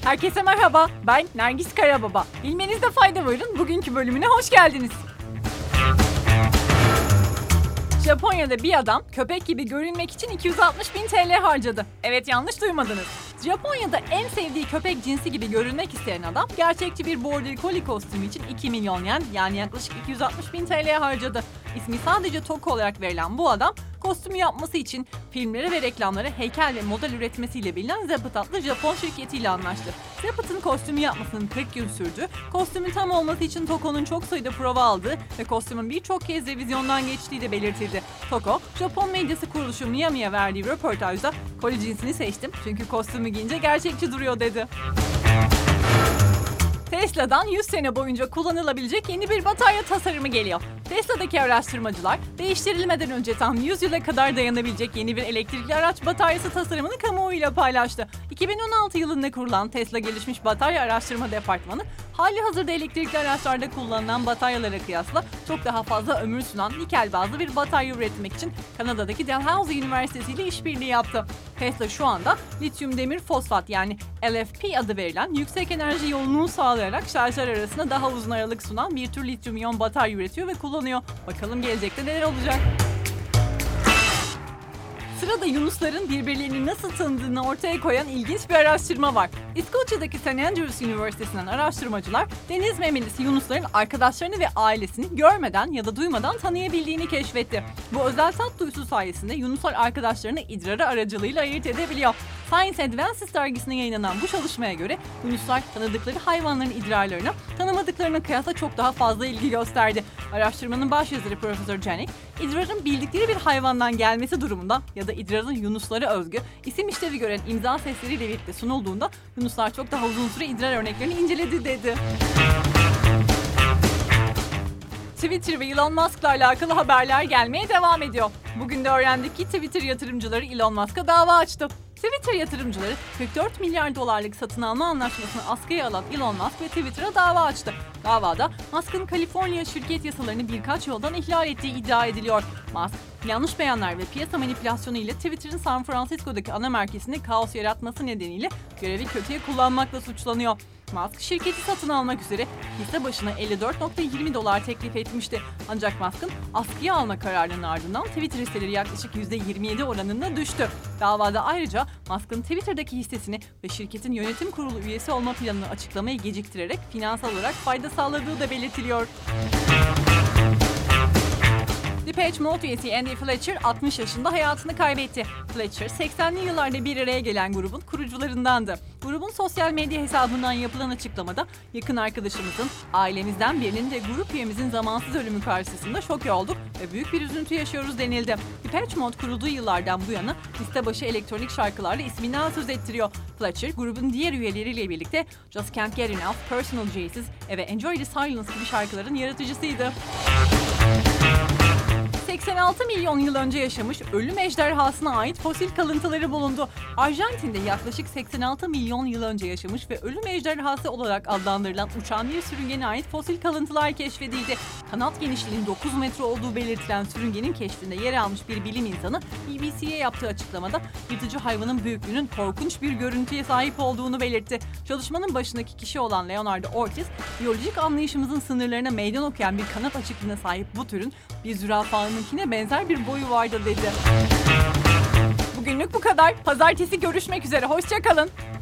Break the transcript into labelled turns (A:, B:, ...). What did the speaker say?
A: Herkese merhaba, ben Nergis Karababa. Bilmenizde fayda varın, bugünkü bölümüne hoş geldiniz. Japonya'da bir adam köpek gibi görünmek için 260.000 TL harcadı. Evet, yanlış duymadınız. Japonya'da en sevdiği köpek cinsi gibi görünmek isteyen adam gerçekçi bir Border Collie kostümü için 2 milyon yen yani yaklaşık 260.000 TL harcadı. İsmi sadece Toko olarak verilen bu adam kostümü yapması için filmlere ve reklamlara heykel ve model üretmesiyle bilinen Zeppet adlı Japon şirketiyle anlaştı. Zeppet'in kostümü yapmasının 40 gün sürdü. Kostümün tam olması için Toko'nun çok sayıda prova aldığı ve kostümün birçok kez revizyondan geçtiği de belirtildi. Toko, Japon medyası kuruluşu Miami'ye verdiği röportajda Collie cinsini seçtim çünkü kostümü giyince gerçekçi duruyor dedi. Tesla'dan 100 sene boyunca kullanılabilecek yeni bir batarya tasarımı geliyor. Tesla'daki araştırmacılar değiştirilmeden önce tam 100 yıla kadar dayanabilecek yeni bir elektrikli araç bataryası tasarımını kamuoyuyla paylaştı. 2016 yılında kurulan Tesla Gelişmiş Batarya Araştırma Departmanı, hali hazırda elektrikli araçlarda kullanılan bataryalara kıyasla çok daha fazla ömür sunan nikel bazlı bir batarya üretmek için Kanada'daki Dalhousie Üniversitesi ile işbirliği yaptı. Tesla şu anda lityum demir fosfat yani LFP adı verilen yüksek enerji yoğunluğu sağlayarak şarjlar arasında daha uzun aralık sunan bir tür lityum iyon batarya üretiyor ve kullanıyor. Bakalım gelecekte neler olacak? Sırada yunusların birbirlerini nasıl tanıdığını ortaya koyan ilginç bir araştırma var. İskoçya'daki St. Andrews Üniversitesi'nden araştırmacılar deniz memelisi yunusların arkadaşlarını ve ailesini görmeden ya da duymadan tanıyabildiğini keşfetti. Bu özel tat duyusu sayesinde yunuslar arkadaşlarını idrarı aracılığıyla ayırt edebiliyor. Science Advances dergisine yayınlanan bu çalışmaya göre yunuslar tanıdıkları hayvanların idrarlarına tanımadıklarına kıyasla çok daha fazla ilgi gösterdi. Araştırmanın başyazarı Profesör Janik, idrarın bildikleri bir hayvandan gelmesi durumunda ya da idrarın yunuslara özgü isim işlevi gören imza sesleriyle birlikte sunulduğunda yunuslar çok daha uzun süre idrar örneklerini inceledi dedi. Twitter ve Elon Musk'la alakalı haberler gelmeye devam ediyor. Bugün de öğrendik ki Twitter yatırımcıları Elon Musk'a dava açtı. Twitter yatırımcıları 44 milyar dolarlık satın alma anlaşmasını askıya alan Elon Musk ve Twitter'a dava açtı. Davada Musk'ın Kaliforniya şirket yasalarını birkaç yoldan ihlal ettiği iddia ediliyor. Musk, yanlış beyanlar ve piyasa manipülasyonu ile Twitter'ın San Francisco'daki ana merkezinde kaos yaratması nedeniyle görevi kötüye kullanmakla suçlanıyor. Musk şirketi satın almak üzere hisse başına $54.20 teklif etmişti. Ancak Musk'ın askıya alma kararının ardından Twitter hisseleri yaklaşık %27 oranında düştü. Davada ayrıca Musk'ın Twitter'daki hissesini ve şirketin yönetim kurulu üyesi olma planını açıklamayı geciktirerek finansal olarak fayda sağladığı da belirtiliyor. Depeche Mode üyesi Andy Fletcher 60 yaşında hayatını kaybetti. Fletcher, 80'li yıllarda bir araya gelen grubun kurucularındandı. Grubun sosyal medya hesabından yapılan açıklamada yakın arkadaşımızın, ailemizden birinin ve grup üyemizin zamansız ölümü karşısında şok olduk ve büyük bir üzüntü yaşıyoruz denildi. Depeche Mode kurulduğu yıllardan bu yana liste başı elektronik şarkılarla isminden söz ettiriyor. Fletcher, grubun diğer üyeleriyle birlikte Just Can't Get Enough, Personal Jesus ve Enjoy the Silence gibi şarkıların yaratıcısıydı. 86 milyon yıl önce yaşamış ölüm ejderhasına ait fosil kalıntıları bulundu. Arjantin'de yaklaşık 86 milyon yıl önce yaşamış ve ölüm ejderhası olarak adlandırılan uçan bir sürüngene ait fosil kalıntılar keşfedildi. Kanat genişliğinin 9 metre olduğu belirtilen sürüngenin keşfinde yer almış bir bilim insanı BBC'ye yaptığı açıklamada yırtıcı hayvanın büyüklüğünün korkunç bir görüntüye sahip olduğunu belirtti. Çalışmanın başındaki kişi olan Leonardo Ortiz, biyolojik anlayışımızın sınırlarına meydan okuyan bir kanat açıklığına sahip bu türün bir zürafanınkine benzer bir boyu vardı dedi. Bugünlük bu kadar. Pazartesi görüşmek üzere. Hoşça kalın.